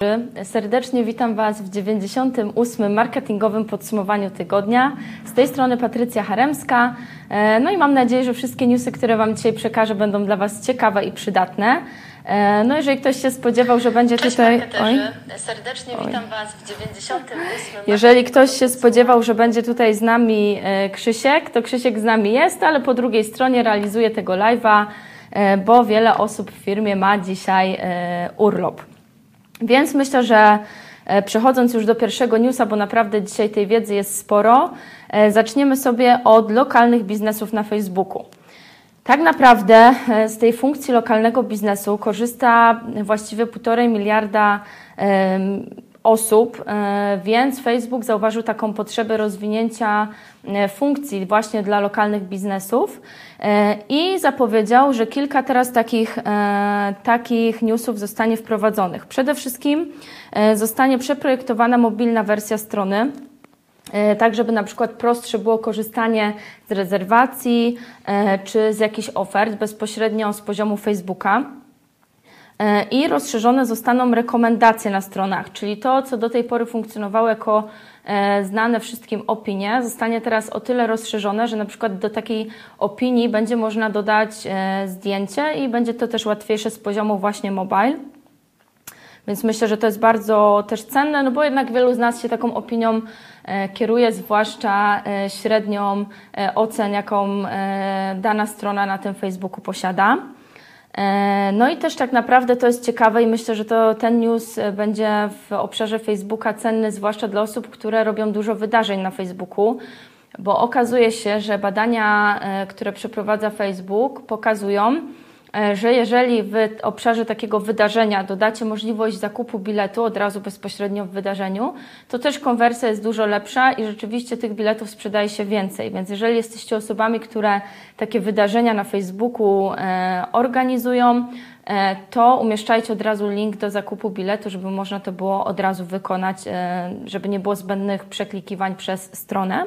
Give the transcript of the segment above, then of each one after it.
Serdecznie witam Was w 98. marketingowym podsumowaniu tygodnia. Z tej strony Patrycja Haremska. No i mam nadzieję, że wszystkie newsy, które Wam dzisiaj przekażę, będą dla Was ciekawe i przydatne. No jeżeli ktoś się spodziewał, że będzie tutaj... Serdecznie witam Was w 98. Jeżeli ktoś się spodziewał, że będzie tutaj z nami Krzysiek, to Krzysiek z nami jest, ale po drugiej stronie realizuje tego live'a, bo wiele osób w firmie ma dzisiaj urlop. Więc myślę, że przechodząc już do pierwszego newsa, bo naprawdę dzisiaj tej wiedzy jest sporo, zaczniemy sobie od lokalnych biznesów na Facebooku. Tak naprawdę z tej funkcji lokalnego biznesu korzysta właściwie 1,5 miliarda osób, więc Facebook zauważył taką potrzebę rozwinięcia funkcji właśnie dla lokalnych biznesów i zapowiedział, że kilka teraz takich newsów zostanie wprowadzonych. Przede wszystkim zostanie przeprojektowana mobilna wersja strony, tak żeby na przykład prostsze było korzystanie z rezerwacji czy z jakichś ofert bezpośrednio z poziomu Facebooka. I rozszerzone zostaną rekomendacje na stronach, czyli to, co do tej pory funkcjonowało jako znane wszystkim opinie, zostanie teraz o tyle rozszerzone, że na przykład do takiej opinii będzie można dodać zdjęcie i będzie to też łatwiejsze z poziomu właśnie mobile. Więc myślę, że to jest bardzo też cenne, no bo jednak wielu z nas się taką opinią kieruje, zwłaszcza średnią ocen, jaką dana strona na tym Facebooku posiada. No i też tak naprawdę to jest ciekawe i myślę, że ten news będzie w obszarze Facebooka cenny, zwłaszcza dla osób, które robią dużo wydarzeń na Facebooku, bo okazuje się, że badania, które przeprowadza Facebook, pokazują, że jeżeli w obszarze takiego wydarzenia dodacie możliwość zakupu biletu od razu bezpośrednio w wydarzeniu, to też konwersja jest dużo lepsza i rzeczywiście tych biletów sprzedaje się więcej. Więc jeżeli jesteście osobami, które takie wydarzenia na Facebooku organizują, to umieszczajcie od razu link do zakupu biletu, żeby można to było od razu wykonać, żeby nie było zbędnych przeklikiwań przez stronę.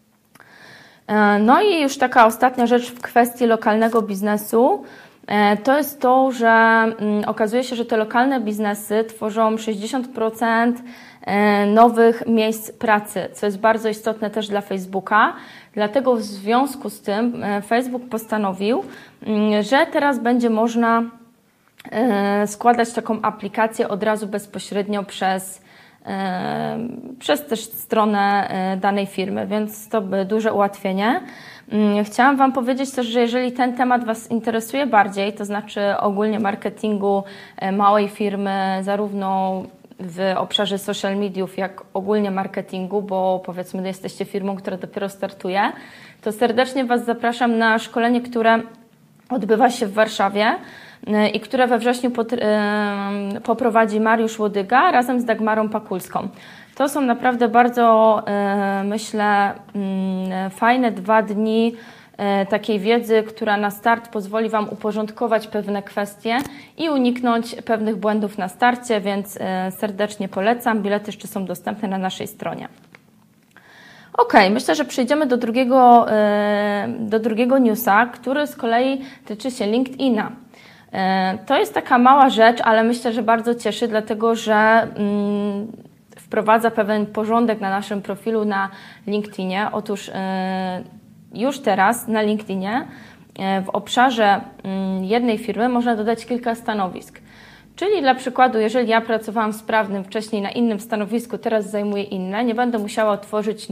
No i już taka ostatnia rzecz w kwestii lokalnego biznesu, to jest to, że okazuje się, że te lokalne biznesy tworzą 60% nowych miejsc pracy, co jest bardzo istotne też dla Facebooka. Dlatego w związku z tym Facebook postanowił, że teraz będzie można składać taką aplikację od razu bezpośrednio przez też stronę danej firmy, więc to by duże ułatwienie. Chciałam Wam powiedzieć też, że jeżeli ten temat Was interesuje bardziej, to znaczy ogólnie marketingu małej firmy, zarówno w obszarze social mediów, jak ogólnie marketingu, bo powiedzmy jesteście firmą, która dopiero startuje, to serdecznie Was zapraszam na szkolenie, które odbywa się w Warszawie i które we wrześniu poprowadzi Mariusz Łodyga razem z Dagmarą Pakulską. To są naprawdę bardzo, myślę, fajne 2 dni takiej wiedzy, która na start pozwoli Wam uporządkować pewne kwestie i uniknąć pewnych błędów na starcie, więc serdecznie polecam. Bilety jeszcze są dostępne na naszej stronie. Ok, myślę, że przejdziemy do drugiego newsa, który z kolei tyczy się LinkedIna. To jest taka mała rzecz, ale myślę, że bardzo cieszy, dlatego że wprowadza pewien porządek na naszym profilu na LinkedInie. Otóż już teraz na LinkedInie w obszarze jednej firmy można dodać kilka stanowisk. Czyli dla przykładu, jeżeli ja pracowałam sprawnym wcześniej na innym stanowisku, teraz zajmuję inne, nie będę musiała otworzyć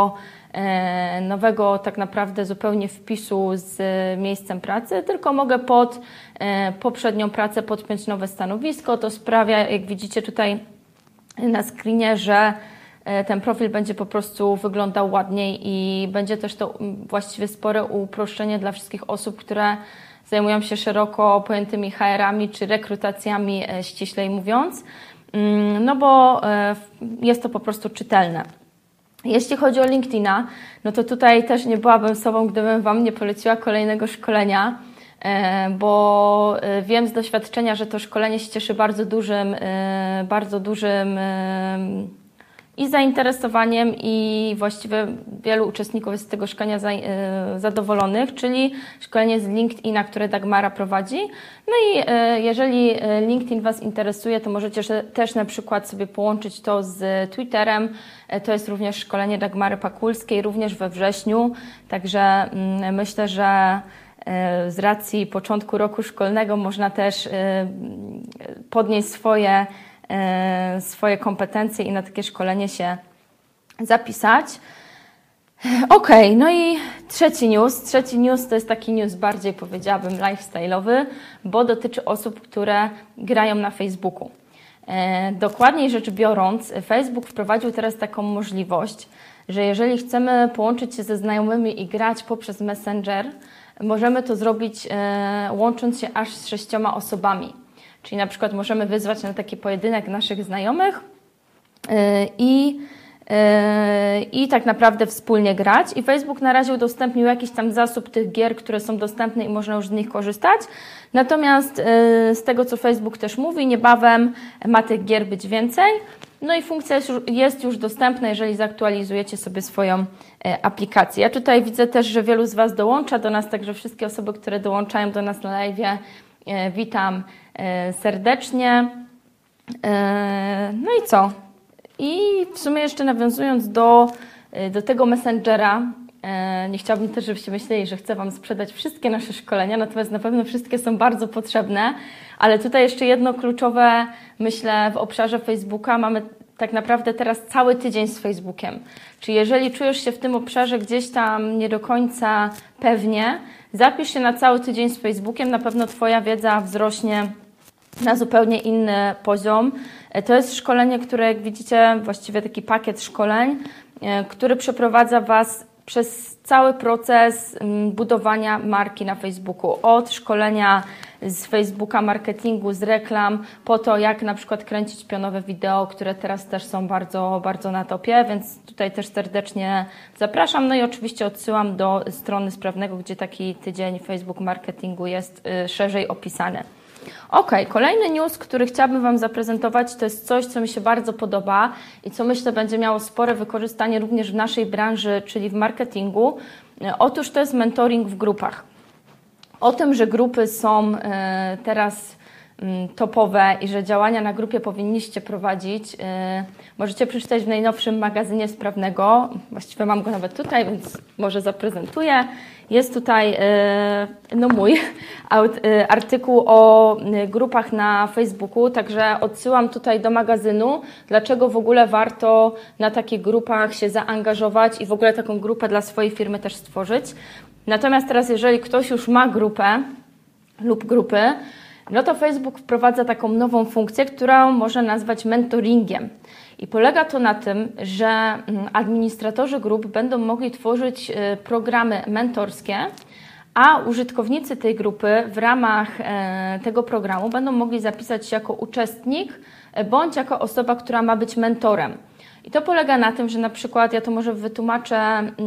nowego tak naprawdę zupełnie wpisu z miejscem pracy, tylko mogę pod poprzednią pracę podpiąć nowe stanowisko. To sprawia, jak widzicie tutaj na screenie, że ten profil będzie po prostu wyglądał ładniej i będzie też to właściwie spore uproszczenie dla wszystkich osób, które zajmują się szeroko pojętymi HR-ami czy rekrutacjami, ściślej mówiąc, no bo jest to po prostu czytelne. Jeśli chodzi o LinkedIna, no to tutaj też nie byłabym sobą, gdybym Wam nie poleciła kolejnego szkolenia, bo wiem z doświadczenia, że to szkolenie się cieszy bardzo dużym i zainteresowaniem i właściwie wielu uczestników jest z tego szkolenia zadowolonych, czyli szkolenie z LinkedIna, które Dagmara prowadzi. No i jeżeli LinkedIn Was interesuje, to możecie też na przykład sobie połączyć to z Twitterem. To jest również szkolenie Dagmary Pakulskiej, również we wrześniu, także myślę, że z racji początku roku szkolnego można też podnieść swoje kompetencje i na takie szkolenie się zapisać. Okej, no i trzeci news. Trzeci news to jest taki news bardziej, powiedziałabym, lifestyle'owy, bo dotyczy osób, które grają na Facebooku. Dokładniej rzecz biorąc, Facebook wprowadził teraz taką możliwość, że jeżeli chcemy połączyć się ze znajomymi i grać poprzez Messenger, możemy to zrobić łącząc się aż z 6 osobami. Czyli na przykład możemy wyzwać na taki pojedynek naszych znajomych i tak naprawdę wspólnie grać. I Facebook na razie udostępnił jakiś tam zasób tych gier, które są dostępne i można już z nich korzystać. Natomiast z tego, co Facebook też mówi, niebawem ma tych gier być więcej. No i funkcja jest już dostępna, jeżeli zaktualizujecie sobie swoją aplikację. Ja tutaj widzę też, że wielu z Was dołącza do nas, także wszystkie osoby, które dołączają do nas na live'ie, witam serdecznie. No i co? I w sumie jeszcze nawiązując do tego Messengera, nie chciałabym też, żebyście myśleli, że chcę Wam sprzedać wszystkie nasze szkolenia, natomiast na pewno wszystkie są bardzo potrzebne, ale tutaj jeszcze jedno kluczowe, myślę, w obszarze Facebooka. Mamy tak naprawdę teraz cały tydzień z Facebookiem. Czyli jeżeli czujesz się w tym obszarze gdzieś tam nie do końca pewnie, zapisz się na cały tydzień z Facebookiem, na pewno Twoja wiedza wzrośnie na zupełnie inny poziom. To jest szkolenie, które, jak widzicie, właściwie taki pakiet szkoleń, który przeprowadza Was przez cały proces budowania marki na Facebooku. Od szkolenia z Facebooka, marketingu, z reklam, po to, jak na przykład kręcić pionowe wideo, które teraz też są bardzo, bardzo na topie, więc tutaj też serdecznie zapraszam. No i oczywiście odsyłam do strony sprawnego, gdzie taki tydzień Facebook marketingu jest szerzej opisany. Kolejny news, który chciałabym Wam zaprezentować, to jest coś, co mi się bardzo podoba i co myślę będzie miało spore wykorzystanie również w naszej branży, czyli w marketingu. Otóż to jest mentoring w grupach. O tym, że grupy są teraz topowe i że działania na grupie powinniście prowadzić, możecie przeczytać w najnowszym magazynie sprawnego. Właściwie mam go nawet tutaj, więc może zaprezentuję. Jest tutaj mój artykuł o grupach na Facebooku, także odsyłam tutaj do magazynu, dlaczego w ogóle warto na takich grupach się zaangażować i w ogóle taką grupę dla swojej firmy też stworzyć. Natomiast teraz, jeżeli ktoś już ma grupę lub grupy, no to Facebook wprowadza taką nową funkcję, którą można nazwać mentoringiem. I polega to na tym, że administratorzy grup będą mogli tworzyć programy mentorskie, a użytkownicy tej grupy w ramach tego programu będą mogli zapisać się jako uczestnik bądź jako osoba, która ma być mentorem. I to polega na tym, że na przykład, ja to może wytłumaczę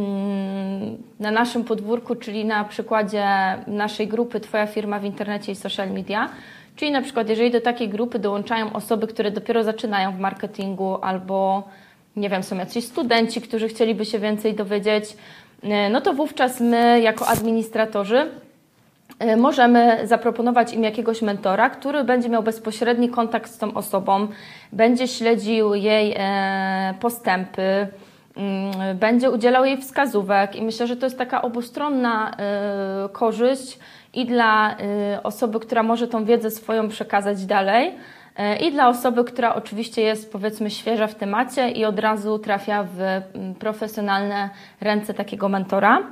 na naszym podwórku, czyli na przykładzie naszej grupy Twoja firma w internecie i social media. Czyli na przykład, jeżeli do takiej grupy dołączają osoby, które dopiero zaczynają w marketingu albo, nie wiem, są jacyś studenci, którzy chcieliby się więcej dowiedzieć, no to wówczas my jako administratorzy możemy zaproponować im jakiegoś mentora, który będzie miał bezpośredni kontakt z tą osobą, będzie śledził jej postępy, będzie udzielał jej wskazówek i myślę, że to jest taka obustronna korzyść i dla osoby, która może tą wiedzę swoją przekazać dalej, i dla osoby, która oczywiście jest, powiedzmy, świeża w temacie i od razu trafia w profesjonalne ręce takiego mentora.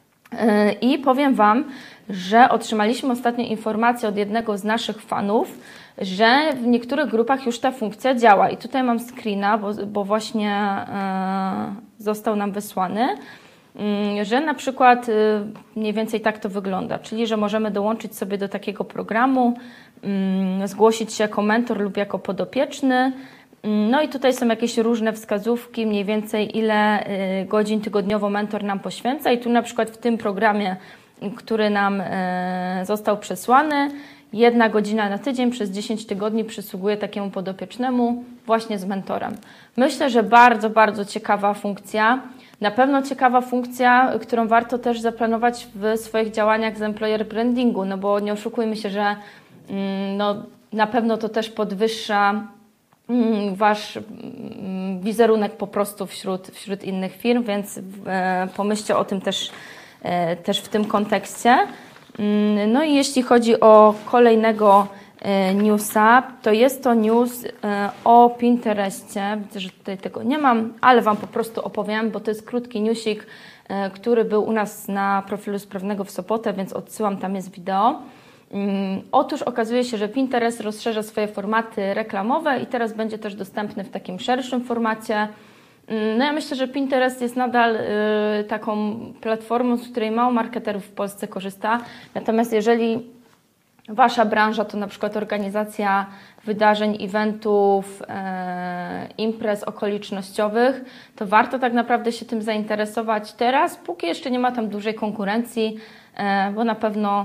I powiem Wam, że otrzymaliśmy ostatnio informację od jednego z naszych fanów, że w niektórych grupach już ta funkcja działa. I tutaj mam screena, bo właśnie został nam wysłany, że na przykład mniej więcej tak to wygląda, czyli że możemy dołączyć sobie do takiego programu, zgłosić się jako mentor lub jako podopieczny. No i tutaj są jakieś różne wskazówki, mniej więcej ile godzin tygodniowo mentor nam poświęca i tu na przykład w tym programie, który nam został przesłany, 1 godzina na tydzień przez 10 tygodni przysługuje takiemu podopiecznemu. właśnie z mentorem. Myślę, że bardzo, bardzo ciekawa funkcja. Na pewno ciekawa funkcja, którą warto też zaplanować w swoich działaniach z employer brandingu, no bo nie oszukujmy się, że no, na pewno to też podwyższa Wasz wizerunek po prostu wśród innych firm, więc pomyślcie o tym też w tym kontekście. No i jeśli chodzi o kolejnego newsa, to jest to news o Pinterestie. Widzę, że tutaj tego nie mam, ale Wam po prostu opowiem, bo to jest krótki newsik, który był u nas na profilu Sprawnego w sobotę, więc odsyłam, tam jest wideo. Otóż okazuje się, że Pinterest rozszerza swoje formaty reklamowe i teraz będzie też dostępny w takim szerszym formacie. No ja myślę, że Pinterest jest nadal taką platformą, z której mało marketerów w Polsce korzysta. Natomiast jeżeli Wasza branża to na przykład organizacja wydarzeń, eventów, imprez okolicznościowych, to warto tak naprawdę się tym zainteresować teraz, póki jeszcze nie ma tam dużej konkurencji, bo na pewno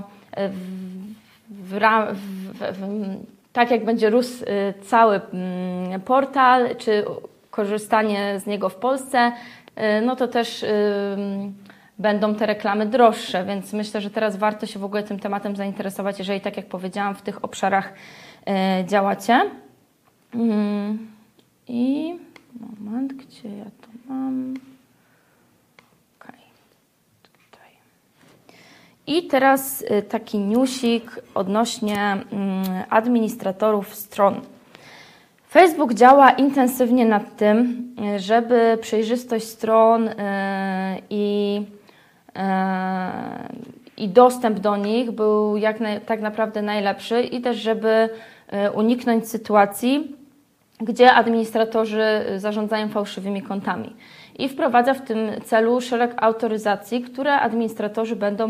tak jak będzie rósł cały portal, czy korzystanie z niego w Polsce, no to też będą te reklamy droższe, więc myślę, że teraz warto się w ogóle tym tematem zainteresować, jeżeli, tak jak powiedziałam, w tych obszarach działacie. I moment, gdzie ja to mam? Okay. Tutaj. I teraz taki newsik odnośnie administratorów stron. Facebook działa intensywnie nad tym, żeby przejrzystość stron i dostęp do nich był tak naprawdę najlepszy i też, żeby uniknąć sytuacji, gdzie administratorzy zarządzają fałszywymi kontami. I wprowadza w tym celu szereg autoryzacji, które administratorzy będą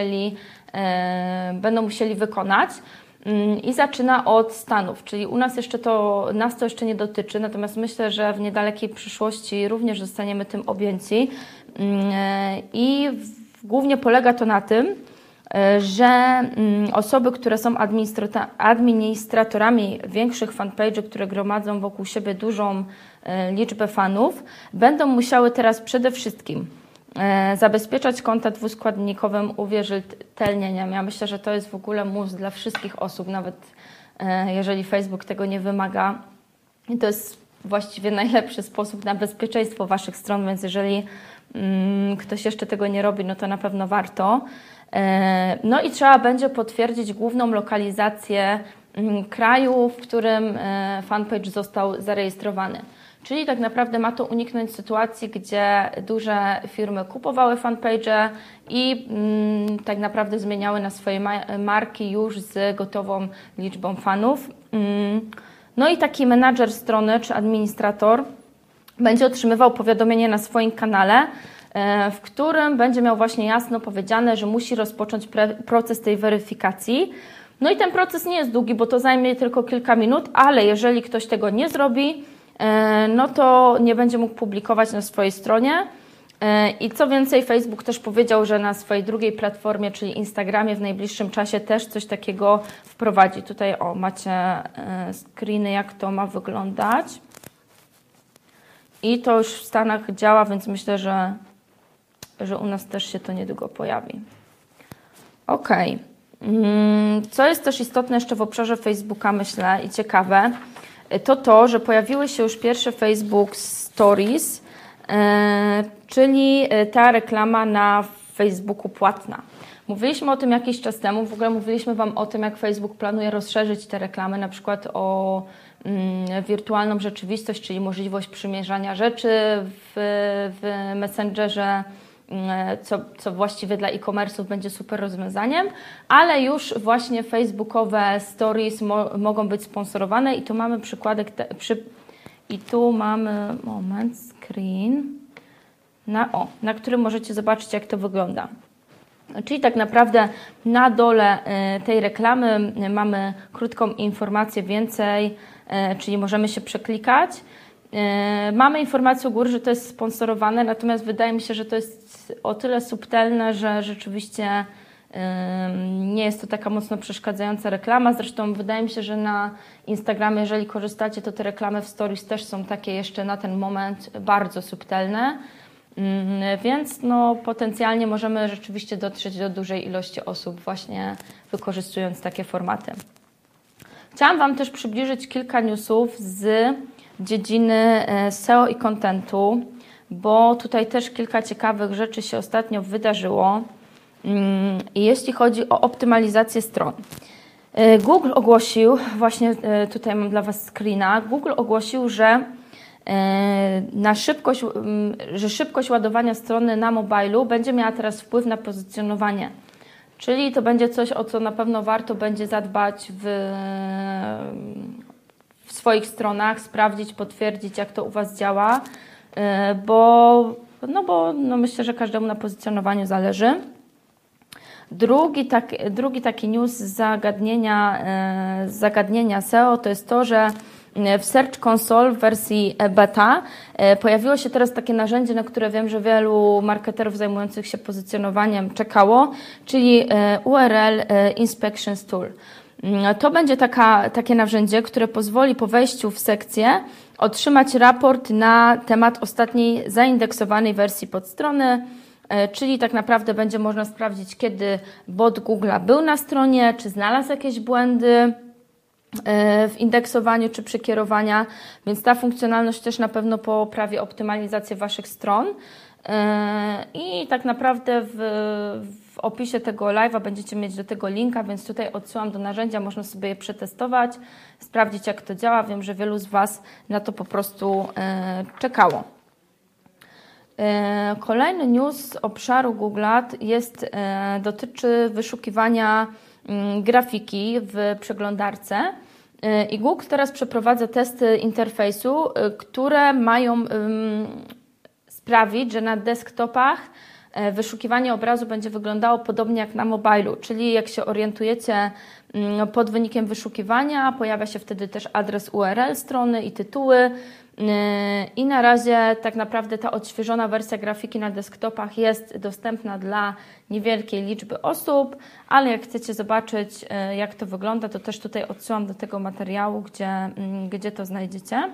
musieli wykonać. I zaczyna od Stanów, czyli u nas nas to jeszcze nie dotyczy, natomiast myślę, że w niedalekiej przyszłości również zostaniemy tym objęci. I głównie polega to na tym, że osoby, które są administratorami większych fanpage'ów, które gromadzą wokół siebie dużą liczbę fanów, będą musiały teraz przede wszystkim zabezpieczać konta dwuskładnikowym uwierzytelnieniem. Ja myślę, że to jest w ogóle must dla wszystkich osób, nawet jeżeli Facebook tego nie wymaga. I to jest właściwie najlepszy sposób na bezpieczeństwo Waszych stron, więc jeżeli ktoś jeszcze tego nie robi, no to na pewno warto. No i trzeba będzie potwierdzić główną lokalizację kraju, w którym fanpage został zarejestrowany. Czyli tak naprawdę ma to uniknąć sytuacji, gdzie duże firmy kupowały fanpage i tak naprawdę zmieniały na swoje marki już z gotową liczbą fanów. No i taki menadżer strony czy administrator będzie otrzymywał powiadomienie na swoim kanale, w którym będzie miał właśnie jasno powiedziane, że musi rozpocząć proces tej weryfikacji. No i ten proces nie jest długi, bo to zajmie tylko kilka minut, ale jeżeli ktoś tego nie zrobi, no to nie będzie mógł publikować na swojej stronie. I co więcej, Facebook też powiedział, że na swojej drugiej platformie, czyli Instagramie, w najbliższym czasie też coś takiego wprowadzi. Tutaj macie screeny, jak to ma wyglądać. I to już w Stanach działa, więc myślę, że u nas też się to niedługo pojawi. Ok. Co jest też istotne jeszcze w obszarze Facebooka, myślę, i ciekawe, to, że pojawiły się już pierwsze Facebook Stories, czyli ta reklama na Facebooku płatna. Mówiliśmy o tym jakiś czas temu, w ogóle mówiliśmy Wam o tym, jak Facebook planuje rozszerzyć te reklamy, na przykład o wirtualną rzeczywistość, czyli możliwość przymierzania rzeczy w Messengerze, co właściwie dla e-commerce'ów będzie super rozwiązaniem, ale już właśnie facebookowe stories mogą być sponsorowane i tu mamy przykładek, i tu mamy, screen, na którym możecie zobaczyć, jak to wygląda. Czyli tak naprawdę na dole tej reklamy mamy krótką informację więcej, czyli możemy się przeklikać. Mamy informację u góry, że to jest sponsorowane, natomiast wydaje mi się, że to jest o tyle subtelne, że rzeczywiście Nie jest to taka mocno przeszkadzająca reklama. Zresztą wydaje mi się, że na Instagramie, jeżeli korzystacie, to te reklamy w stories też są takie jeszcze na ten moment bardzo subtelne. Więc potencjalnie możemy rzeczywiście dotrzeć do dużej ilości osób właśnie wykorzystując takie formaty. Chciałam Wam też przybliżyć kilka newsów z dziedziny SEO i contentu, bo tutaj też kilka ciekawych rzeczy się ostatnio wydarzyło. Jeśli chodzi o optymalizację stron. Google ogłosił, właśnie tutaj mam dla Was screena, Google ogłosił, że szybkość ładowania strony na mobilu będzie miała teraz wpływ na pozycjonowanie. Czyli to będzie coś, o co na pewno warto będzie zadbać w swoich stronach, sprawdzić, potwierdzić, jak to u Was działa, bo myślę, że każdemu na pozycjonowaniu zależy. Drugi taki news z zagadnienia SEO to jest to, że w Search Console w wersji beta pojawiło się teraz takie narzędzie, na które wiem, że wielu marketerów zajmujących się pozycjonowaniem czekało, czyli URL Inspections Tool. To będzie takie narzędzie, które pozwoli po wejściu w sekcję otrzymać raport na temat ostatniej zaindeksowanej wersji podstrony, czyli tak naprawdę będzie można sprawdzić, kiedy bot Google'a był na stronie, czy znalazł jakieś błędy w indeksowaniu czy przekierowania, więc ta funkcjonalność też na pewno poprawi optymalizację Waszych stron. I tak naprawdę w opisie tego live'a będziecie mieć do tego linka, więc tutaj odsyłam do narzędzia, można sobie je przetestować, sprawdzić, jak to działa. Wiem, że wielu z Was na to po prostu czekało. Kolejny news z obszaru Google'a dotyczy wyszukiwania grafiki w przeglądarce i Google teraz przeprowadza testy interfejsu, które mają sprawić, że na desktopach wyszukiwanie obrazu będzie wyglądało podobnie jak na mobilu, czyli jak się orientujecie pod wynikiem wyszukiwania, pojawia się wtedy też adres URL strony i tytuły. I na razie tak naprawdę ta odświeżona wersja grafiki na desktopach jest dostępna dla niewielkiej liczby osób, ale jak chcecie zobaczyć, jak to wygląda, to też tutaj odsyłam do tego materiału, gdzie to znajdziecie.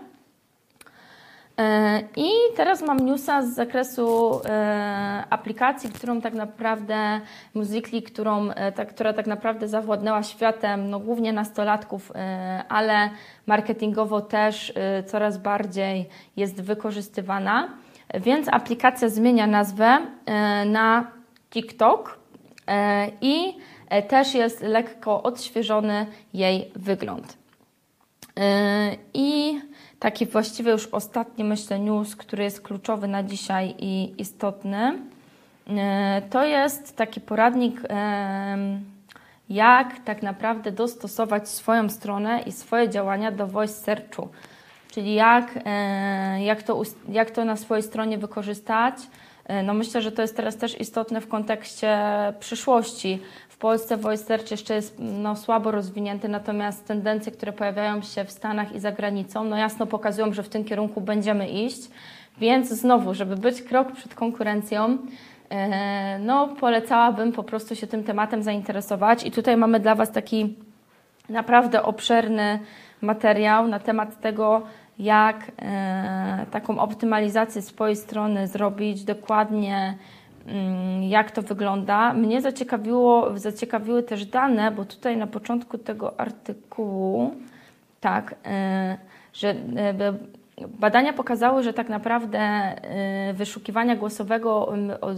I teraz mam newsa z zakresu aplikacji, którą tak naprawdę Musical.ly, która tak naprawdę zawładnęła światem, głównie nastolatków, ale marketingowo też coraz bardziej jest wykorzystywana. Więc aplikacja zmienia nazwę na TikTok i też jest lekko odświeżony jej wygląd. I taki właściwie już ostatni, myślę, news, który jest kluczowy na dzisiaj i istotny, to jest taki poradnik, jak tak naprawdę dostosować swoją stronę i swoje działania do voice searchu, czyli jak to na swojej stronie wykorzystać. Myślę, że to jest teraz też istotne w kontekście przyszłości. W Polsce voice search jeszcze jest słabo rozwinięty, natomiast tendencje, które pojawiają się w Stanach i za granicą, jasno pokazują, że w tym kierunku będziemy iść. Więc znowu, żeby być krok przed konkurencją, polecałabym po prostu się tym tematem zainteresować. I tutaj mamy dla Was taki naprawdę obszerny materiał na temat tego, jak taką optymalizację swojej strony zrobić, dokładnie jak to wygląda. Mnie zaciekawiły też dane, bo tutaj na początku tego artykułu, że badania pokazały, że tak naprawdę wyszukiwania głosowego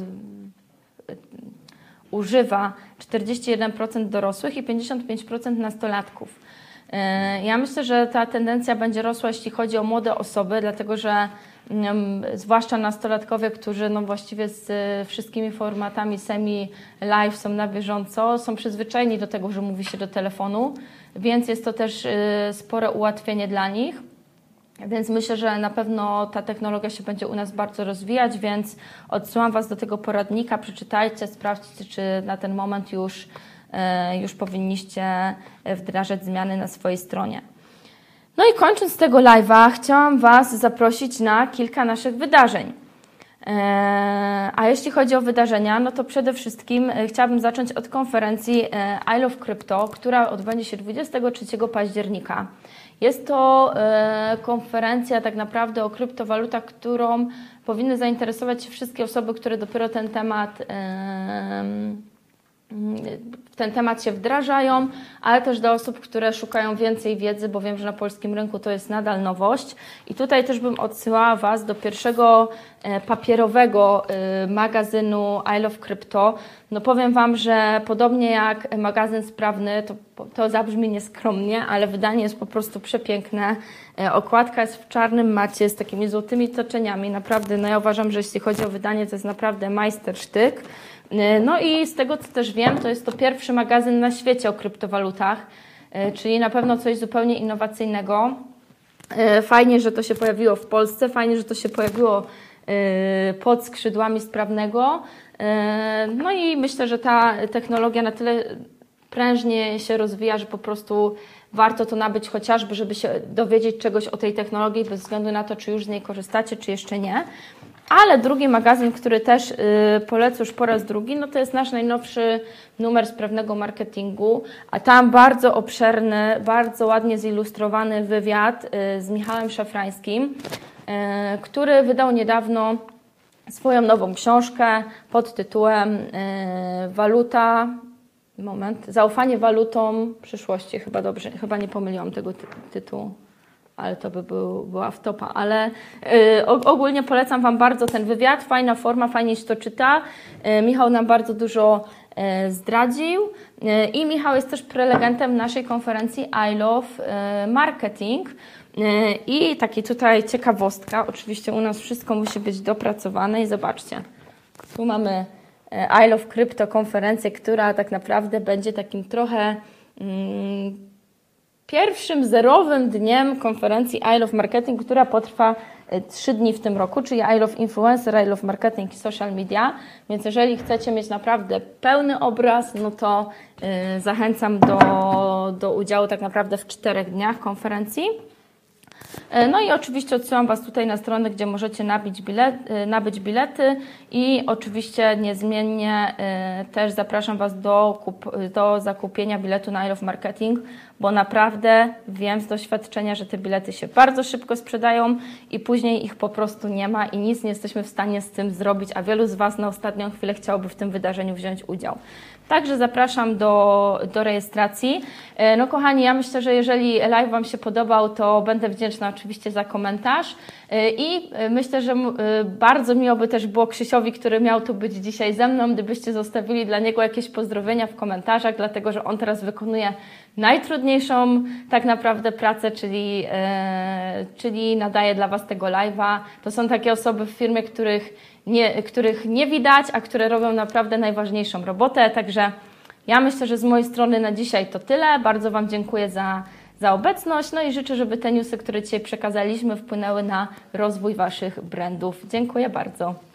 używa 41% dorosłych i 55% nastolatków. Ja myślę, że ta tendencja będzie rosła, jeśli chodzi o młode osoby, dlatego że zwłaszcza nastolatkowie, którzy właściwie z wszystkimi formatami semi-live są na bieżąco, są przyzwyczajeni do tego, że mówi się do telefonu, więc jest to też spore ułatwienie dla nich. Więc myślę, że na pewno ta technologia się będzie u nas bardzo rozwijać, więc odsyłam Was do tego poradnika, przeczytajcie, sprawdźcie, czy na ten moment już powinniście wdrażać zmiany na swojej stronie. No i kończąc tego live'a, chciałam Was zaprosić na kilka naszych wydarzeń. A jeśli chodzi o wydarzenia, no to przede wszystkim chciałabym zacząć od konferencji I Love Crypto, która odbędzie się 23 października. Jest to konferencja tak naprawdę o kryptowalutach, którą powinny zainteresować się wszystkie osoby, które dopiero ten temat się wdrażają, ale też do osób, które szukają więcej wiedzy, bo wiem, że na polskim rynku to jest nadal nowość. I tutaj też bym odsyłała Was do pierwszego papierowego magazynu I Love Crypto. No powiem Wam, że podobnie jak magazyn sprawny, to zabrzmi nieskromnie, ale wydanie jest po prostu przepiękne. Okładka jest w czarnym macie z takimi złotymi toczeniami. Naprawdę, no ja uważam, że jeśli chodzi o wydanie, to jest naprawdę majstersztyk. No i z tego, co też wiem, to jest to pierwszy magazyn na świecie o kryptowalutach, czyli na pewno coś zupełnie innowacyjnego. Fajnie, że to się pojawiło w Polsce, fajnie, że to się pojawiło pod skrzydłami sprawnego. No i myślę, że ta technologia na tyle prężnie się rozwija, że po prostu warto to nabyć chociażby, żeby się dowiedzieć czegoś o tej technologii, bez względu na to, czy już z niej korzystacie, czy jeszcze nie. Ale drugi magazyn, który też polecę już po raz drugi, no to jest nasz najnowszy numer sprawnego marketingu, a tam bardzo obszerny, bardzo ładnie zilustrowany wywiad z Michałem Szafrańskim, który wydał niedawno swoją nową książkę pod tytułem Zaufanie walutom przyszłości, chyba nie pomyliłam tego tytułu. Ale to by była wtopa, ale ogólnie polecam Wam bardzo ten wywiad, fajna forma, fajnie się to czyta. Michał nam bardzo dużo zdradził i Michał jest też prelegentem naszej konferencji I Love Marketing i taki tutaj ciekawostka, oczywiście u nas wszystko musi być dopracowane i zobaczcie, tu mamy I Love Crypto konferencję, która tak naprawdę będzie takim trochę pierwszym zerowym dniem konferencji I Love Marketing, która potrwa 3 dni w tym roku, czyli I Love Influencer, I Love Marketing i Social Media. Więc jeżeli chcecie mieć naprawdę pełny obraz, no to zachęcam do udziału tak naprawdę w 4 dniach konferencji. No i oczywiście odsyłam Was tutaj na stronę, gdzie możecie nabyć bilety i oczywiście niezmiennie też zapraszam Was do zakupienia biletu na I Love Marketing, bo naprawdę wiem z doświadczenia, że te bilety się bardzo szybko sprzedają i później ich po prostu nie ma i nic nie jesteśmy w stanie z tym zrobić, a wielu z Was na ostatnią chwilę chciałoby w tym wydarzeniu wziąć udział. Także zapraszam do rejestracji. No kochani, ja myślę, że jeżeli live Wam się podobał, to będę wdzięczna oczywiście za komentarz i myślę, że bardzo miło by też było Krzysiowi, który miał tu być dzisiaj ze mną, gdybyście zostawili dla niego jakieś pozdrowienia w komentarzach, dlatego że on teraz wykonuje najtrudniejszą tak naprawdę pracę, czyli nadaje dla Was tego live'a. To są takie osoby w firmie, których nie widać, a które robią naprawdę najważniejszą robotę. Także ja myślę, że z mojej strony na dzisiaj to tyle. Bardzo Wam dziękuję za obecność. No i życzę, żeby te newsy, które dzisiaj przekazaliśmy, wpłynęły na rozwój Waszych brandów. Dziękuję bardzo.